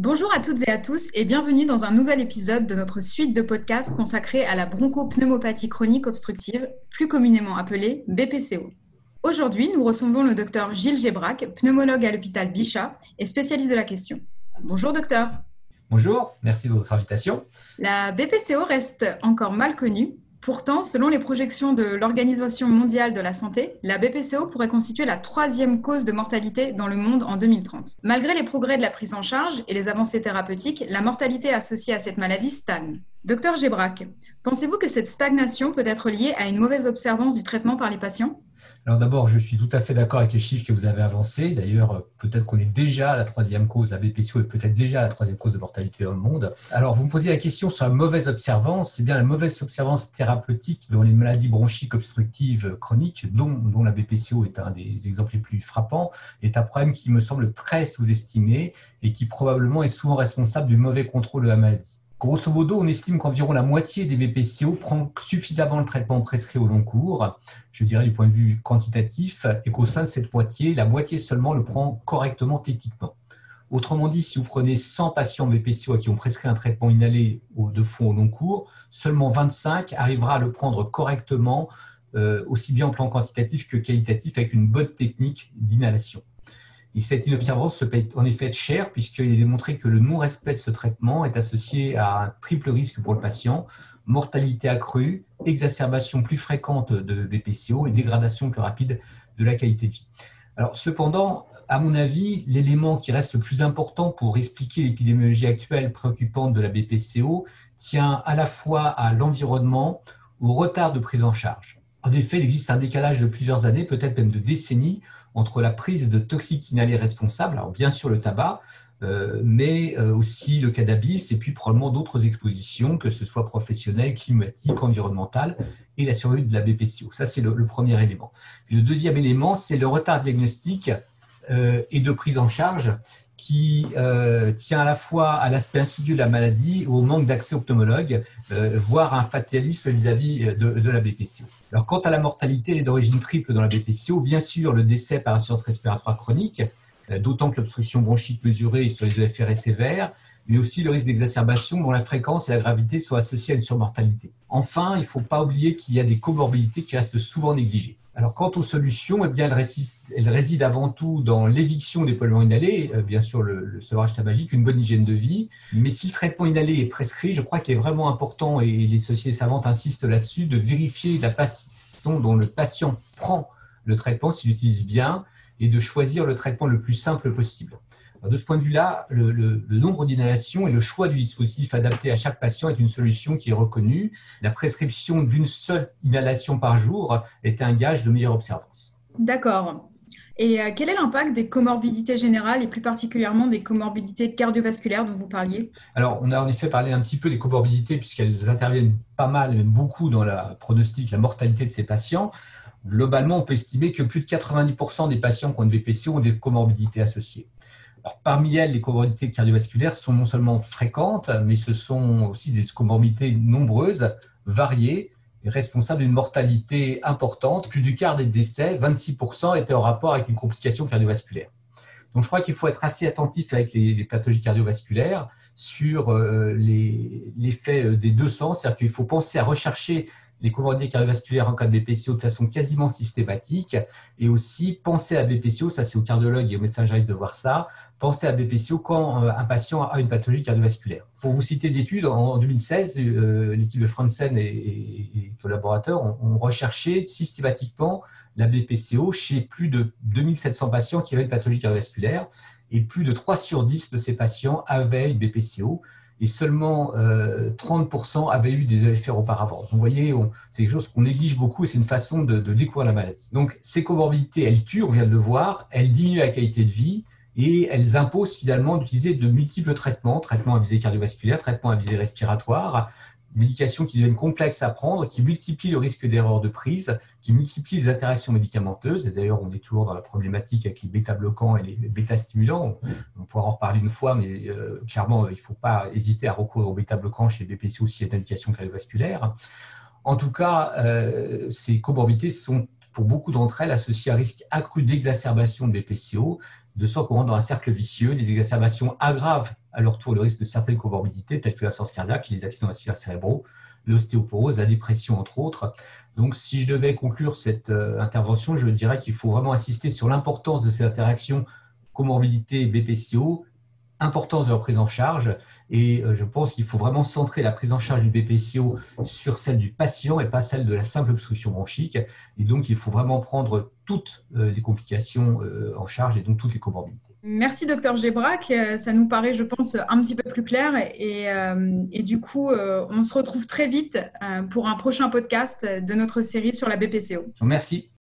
Bonjour à toutes et à tous et bienvenue dans un nouvel épisode de notre suite de podcasts consacrée à la bronchopneumopathie chronique obstructive, plus communément appelée BPCO. Aujourd'hui, nous recevons le docteur Gilles Gébrac, pneumologue à l'hôpital Bichat et spécialiste de la question. Bonjour docteur. Bonjour, merci de votre invitation. La BPCO reste encore mal connue. Pourtant, selon les projections de l'Organisation mondiale de la santé, la BPCO pourrait constituer la troisième cause de mortalité dans le monde en 2030. Malgré les progrès de la prise en charge et les avancées thérapeutiques, la mortalité associée à cette maladie stagne. Docteur Gébrac, pensez-vous que cette stagnation peut être liée à une mauvaise observance du traitement par les patients ? Alors d'abord, je suis tout à fait d'accord avec les chiffres que vous avez avancés. D'ailleurs, peut-être qu'on est déjà à la troisième cause, la BPCO est peut-être déjà la troisième cause de mortalité dans le monde. Alors, vous me posez la question sur la mauvaise observance. C'est bien la mauvaise observance thérapeutique dans les maladies bronchiques obstructives chroniques, dont la BPCO est un des exemples les plus frappants, est un problème qui me semble très sous-estimé et qui probablement est souvent responsable du mauvais contrôle de la maladie. Grosso modo, on estime qu'environ la moitié des BPCO prend suffisamment le traitement prescrit au long cours, je dirais du point de vue quantitatif, et qu'au sein de cette moitié, la moitié seulement le prend correctement techniquement. Autrement dit, si vous prenez 100 patients BPCO à qui on prescrit un traitement inhalé de fond au long cours, seulement 25 arrivera à le prendre correctement, aussi bien en plan quantitatif que qualitatif, avec une bonne technique d'inhalation. Et cette inobservance se paye en effet cher puisqu'il est démontré que le non-respect de ce traitement est associé à un triple risque pour le patient, mortalité accrue, exacerbation plus fréquente de BPCO et dégradation plus rapide de la qualité de vie. Alors, cependant, à mon avis, l'élément qui reste le plus important pour expliquer l'épidémiologie actuelle préoccupante de la BPCO tient à la fois à l'environnement, au retard de prise en charge. En effet, il existe un décalage de plusieurs années, peut-être même de décennies, entre la prise de toxiques inhalés responsables, alors bien sûr le tabac, mais aussi le cannabis et puis probablement d'autres expositions, que ce soit professionnelles, climatiques, environnementales, et la survenue de la BPCO. Ça, c'est le premier élément. Puis le deuxième élément, c'est le retard diagnostique et de prise en charge qui tient à la fois à l'aspect insidieux de la maladie ou au manque d'accès aux pneumologues, voire un fatalisme vis-à-vis de la BPCO. Alors, quant à la mortalité, elle est d'origine triple dans la BPCO. Bien sûr, le décès par insuffisance respiratoire chronique, d'autant que l'obstruction bronchique mesurée sur les EFR est sévère, mais aussi le risque d'exacerbation dont la fréquence et la gravité sont associées à une surmortalité. Enfin, il ne faut pas oublier qu'il y a des comorbidités qui restent souvent négligées. Alors, quant aux solutions, eh bien, elles résident avant tout dans l'éviction des polluants inhalés, bien sûr le sevrage tabagique, une bonne hygiène de vie. Mais si le traitement inhalé est prescrit, je crois qu'il est vraiment important, et les sociétés savantes insistent là-dessus, de vérifier la façon dont le patient prend le traitement, s'il l'utilise bien, et de choisir le traitement le plus simple possible. Alors, de ce point de vue-là, le nombre d'inhalations et le choix du dispositif adapté à chaque patient est une solution qui est reconnue. La prescription d'une seule inhalation par jour est un gage de meilleure observance. D'accord. Et quel est l'impact des comorbidités générales et plus particulièrement des comorbidités cardiovasculaires dont vous parliez ? Alors, on a en effet parlé un petit peu des comorbidités puisqu'elles interviennent pas mal, même beaucoup dans la pronostic, la mortalité de ces patients. Globalement, on peut estimer que plus de 90% des patients qui ont une BPCO ont des comorbidités associées. Alors, parmi elles, les comorbidités cardiovasculaires sont non seulement fréquentes, mais ce sont aussi des comorbidités nombreuses, variées, et responsables d'une mortalité importante. Plus du quart des décès, 26%, étaient en rapport avec une complication cardiovasculaire. Donc, je crois qu'il faut être assez attentif avec les pathologies cardiovasculaires sur l'effet des deux sens. C'est-à-dire qu'il faut penser à rechercher les comorbidités cardiovasculaires en cas de BPCO de façon quasiment systématique et aussi penser à BPCO, ça c'est aux cardiologues et aux médecins généralistes de voir ça, penser à BPCO quand un patient a une pathologie cardiovasculaire. Pour vous citer d'études, en 2016, l'équipe de Franzen et collaborateurs ont recherché systématiquement la BPCO chez plus de 2700 patients qui avaient une pathologie cardiovasculaire et plus de 3 sur 10 de ces patients avaient une BPCO. Et seulement 30% avaient eu des EFR auparavant. Donc, vous voyez, c'est quelque chose qu'on néglige beaucoup et c'est une façon de découvrir la maladie. Donc, ces comorbidités, elles tuent, on vient de le voir, elles diminuent la qualité de vie et elles imposent finalement d'utiliser de multiples traitements à visée cardiovasculaire, traitements à visée respiratoire, médications qui deviennent complexes à prendre, qui multiplient le risque d'erreur de prise, qui multiplient les interactions médicamenteuses. Et d'ailleurs, on est toujours dans la problématique avec les bêta-bloquants et les bêta-stimulants. On pourra en reparler une fois, mais clairement, il ne faut pas hésiter à recourir aux bêta-bloquants chez les BPCO s'il y a une indication cardiovasculaire. En tout cas, ces comorbidités sont, pour beaucoup d'entre elles, associées à un risque accru d'exacerbation de BPCO, de sorte qu'on rentre dans un cercle vicieux. Les exacerbations aggravent à leur tour le risque de certaines comorbidités telles que l'insuffisance cardiaque, les accidents vasculaires cérébraux, l'ostéoporose, la dépression, entre autres. Donc, si je devais conclure cette intervention, je dirais qu'il faut vraiment insister sur l'importance de ces interactions comorbidité BPCO, importance de leur prise en charge, et je pense qu'il faut vraiment centrer la prise en charge du BPCO sur celle du patient et pas celle de la simple obstruction bronchique. Et donc, il faut vraiment prendre toutes les complications en charge et donc toutes les comorbidités. Merci, docteur Gébrac. Ça nous paraît, je pense, un petit peu plus clair. Et du coup, on se retrouve très vite pour un prochain podcast de notre série sur la BPCO. Merci.